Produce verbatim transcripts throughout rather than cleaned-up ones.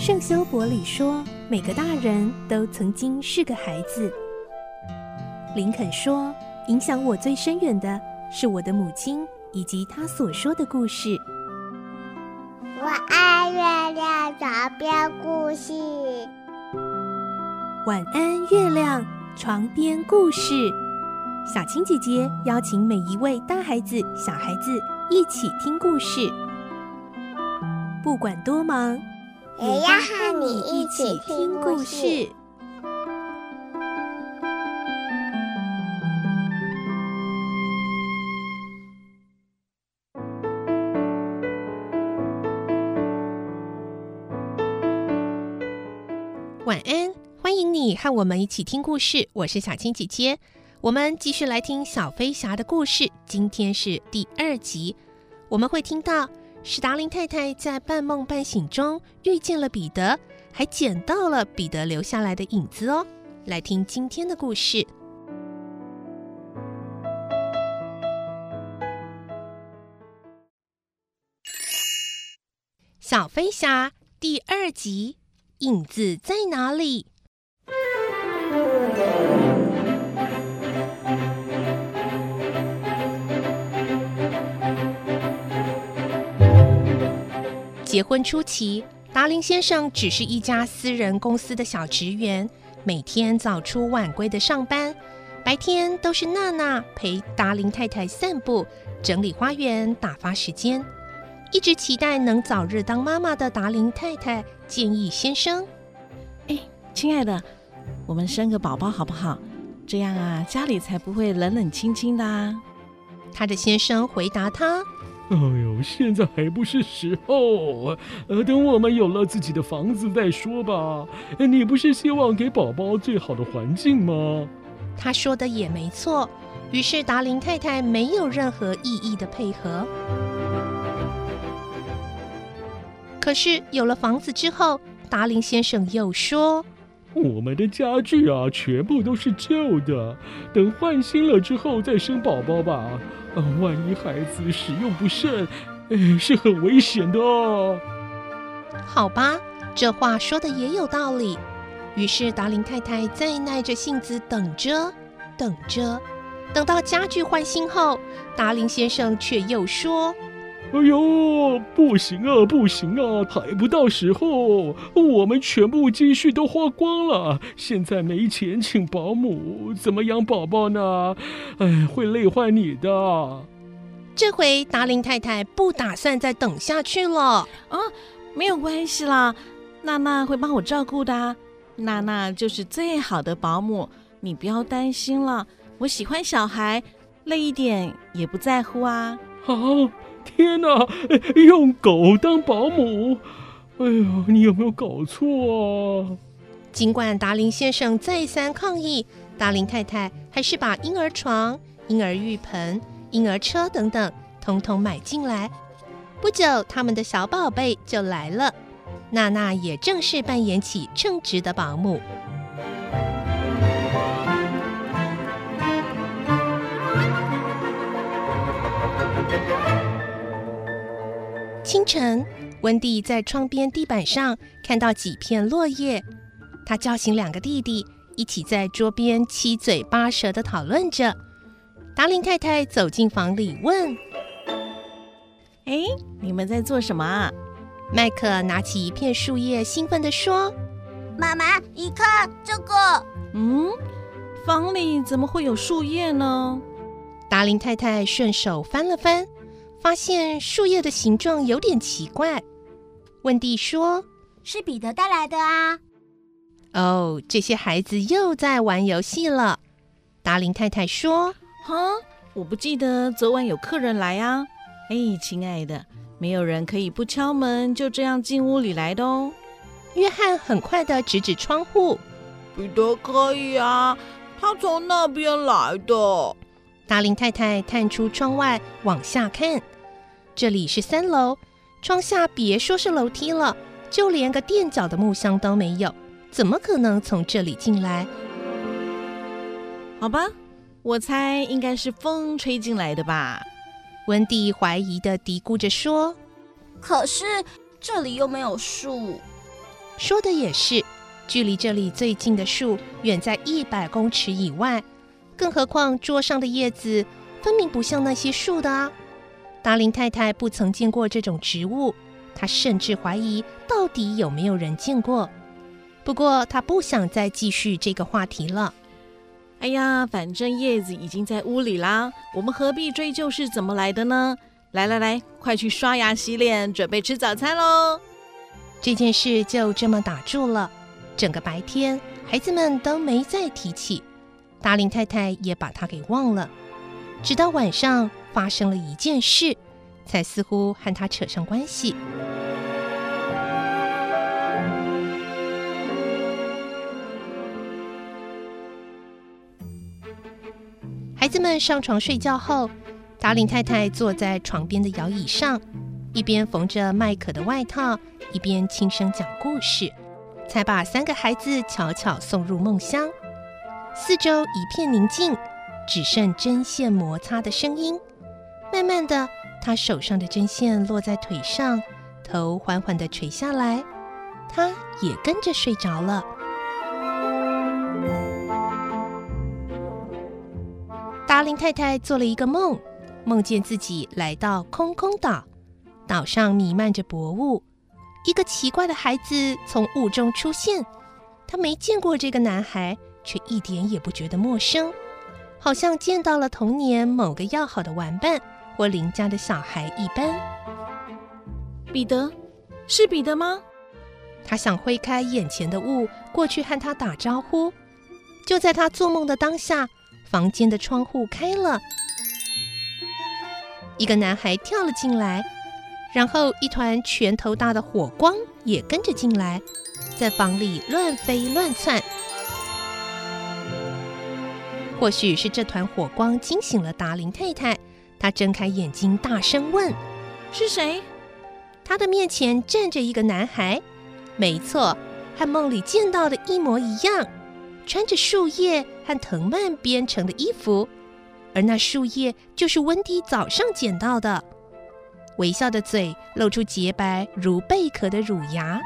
圣修伯里说，每个大人都曾经是个孩子。林肯说，影响我最深远的是我的母亲以及她所说的故事。 我爱月亮床边故事。 晚安，月亮床边故事。小青姐姐邀请每一位大孩子、小孩子一起听故事，不管多忙， 也要和你一起听故事。 晚安，欢迎你和我们一起听故事，我是小青姐姐。我们继续来听小飞侠的故事，今天是第二集。我们会听到史达林太太在半梦半醒中遇见了彼得，还捡到了彼得留下来的影子哦。来听今天的故事。小飞侠第二集，影子在哪里？结婚初期，达林先生只是一家私人公司的小职员，每天早出晚归的上班，白天都是娜娜陪达林太太散步、整理花园，打发时间。一直期待能早日当妈妈的达林太太建议先生： 哎，亲爱的，我们生个宝宝好不好？这样啊，家里才不会冷冷清清的啊。 他的先生回答他： 哎呦，现在还不是时候，呃，等我们有了自己的房子再说吧。你不是希望给宝宝最好的环境吗？ 他说的也没错，于是达林太太没有任何异议的配合。可是有了房子之后，达林先生又说： 我们的家具啊，全部都是旧的，等换新了之后再生宝宝吧。啊，万一孩子使用不慎，哎，是很危险的哦。 好吧，这话说的也有道理。于是达林太太再耐着性子等着，等着，等到家具换新后，达林先生却又说： 哎呦，不行啊，不行啊，还不到时候，我们全部积蓄都花光了，现在没钱请保姆，怎么养宝宝呢？哎，会累坏你的。 这回达林太太不打算再等下去了。 啊，没有关系啦，娜娜会帮我照顾的啊，娜娜就是最好的保姆，你不要担心了。我喜欢小孩，累一点也不在乎啊。 好。天哪，用狗当保姆！哎呦，你有没有搞错啊？ 尽管达林先生再三抗议，达林太太还是把婴儿床、婴儿浴盆、婴儿车等等统统买进来。不久，他们的小宝贝就来了，娜娜也正式扮演起称职的保姆。清晨，温蒂在窗边地板上看到几片落叶，她叫醒两个弟弟，一起在桌边七嘴八舌地讨论着。达林太太走进房里问： 哎，你们在做什么啊？ 麦克拿起一片树叶，兴奋地说： 妈妈，你看这个。 嗯，房里怎么会有树叶呢？ 达林太太顺手翻了翻，发现树叶的形状有点奇怪。温蒂说： 是彼得带来的啊。 哦，这些孩子又在玩游戏了。达林太太说： 哈，我不记得昨晚有客人来啊。哎，亲爱的，没有人可以不敲门就这样进屋里来的哦。 约翰很快地指指窗户： 彼得可以啊，他从那边来的。 达林太太探出窗外往下看，这里是三楼，窗下别说是楼梯了，就连个垫脚的木箱都没有，怎么可能从这里进来？ 好吧，我猜应该是风吹进来的吧。 温蒂怀疑地嘀咕着说： 可是这里又没有树。 说的也是，距离这里最近的树远在一百公尺以外，更何况桌上的叶子分明不像那些树的啊。达伶太太不曾见过这种植物，她甚至怀疑到底有没有人见过。不过她不想再继续这个话题了。 哎呀，反正叶子已经在屋里啦，我们何必追究是怎么来的呢？来来来，快去刷牙洗脸，准备吃早餐喽！ 这件事就这么打住了。整个白天，孩子们都没再提起，达伶太太也把它给忘了。直到晚上发生了一件事，才似乎和它扯上关系。孩子们上床睡觉后，达伶太太坐在床边的摇椅上，一边缝着麦可的外套，一边轻声讲故事，才把三个孩子悄悄送入梦乡。四周一片宁静，只剩针线摩擦的声音。慢慢的，她手上的针线落在腿上，头缓缓地垂下来，她也跟着睡着了。达伶太太做了一个梦，梦见自己来到空空岛，岛上弥漫着薄雾，一个奇怪的孩子从雾中出现。她没见过这个男孩，却一点也不觉得陌生，好像见到了童年某个要好的玩伴或邻家的小孩一般。 彼得，是彼得吗？ 她想挥开眼前的雾，过去和他打招呼。就在她做梦的当下，房间的窗户开了，一个男孩跳了进来，然后一团拳头大的火光也跟着进来，在房里乱飞乱窜。或许是这团火光惊醒了达伶太太，她睁开眼睛大声问： 是谁？ 她的面前站着一个男孩，没错，和梦里见到的一模一样，穿着树叶和藤蔓编成的衣服，而那树叶就是温蒂早上捡到的。微笑的嘴露出洁白如贝壳的乳牙。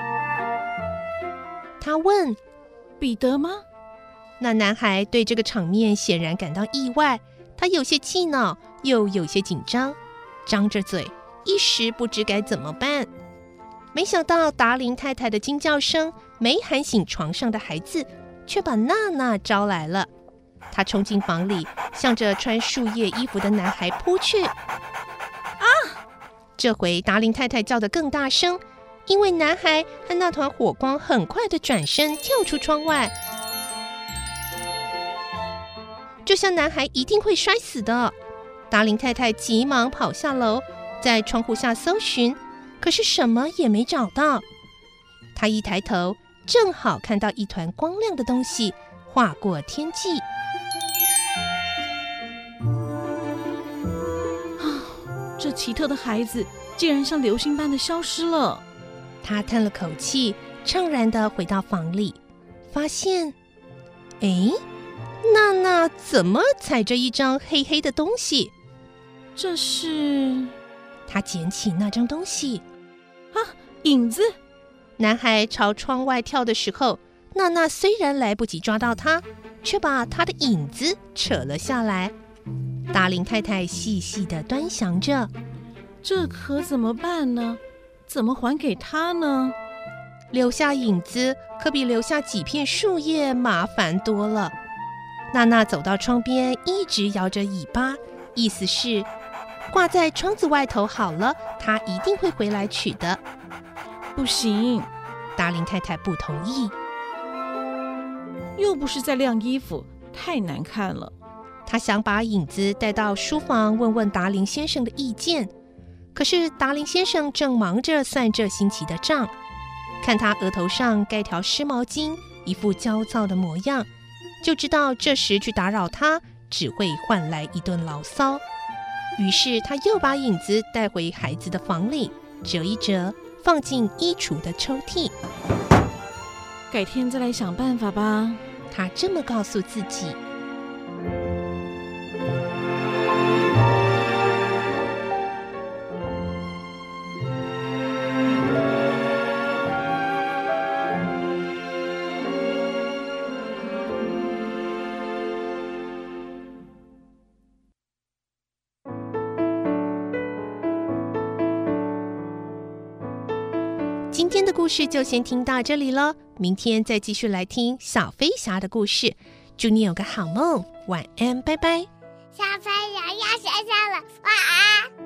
他问： 彼得吗？ 那男孩对这个场面显然感到意外，他有些气恼，又有些紧张，张着嘴，一时不知该怎么办。没想到达伶太太的惊叫声没喊醒床上的孩子，却把娜娜招来了。她冲进房里，向着穿树叶衣服的男孩扑去。啊！这回达伶太太叫得更大声，因为男孩和那团火光很快地转身跳出窗外。这下男孩一定会摔死的。达伶太太急忙跑下楼，在窗户下搜寻，可是什么也没找到。她一抬头，正好看到一团光亮的东西划过天际。 这奇特的孩子竟然像流星般的消失了。 她叹了口气，怅然地回到房里，发现，哎，娜娜怎么踩着一张黑黑的东西？ 这是…… 她捡起那张东西， 啊，影子！ 男孩朝窗外跳的时候，娜娜虽然来不及抓到他，却把他的影子扯了下来。达伶太太细细地端详着， 这可怎么办呢？怎么还给他呢？ 留下影子可比留下几片树叶麻烦多了。娜娜走到窗边，一直摇着尾巴，意思是挂在窗子外头好了，她一定会回来取的。 不行， 达伶太太不同意。 又不是在晾衣服，太难看了。 她想把影子带到书房问问达伶先生的意见，可是达伶先生正忙着算这星期的账，看他额头上盖条湿毛巾，一副焦躁的模样，就知道这时去打扰他只会换来一顿牢骚。于是他又把影子带回孩子的房里，折一折，放进衣橱的抽屉。 改天再来想办法吧， 他这么告诉自己。 今天的故事就先听到这里了，明天再继续来听小飞侠的故事。祝你有个好梦，晚安，拜拜。 小飞侠要睡觉了，晚安。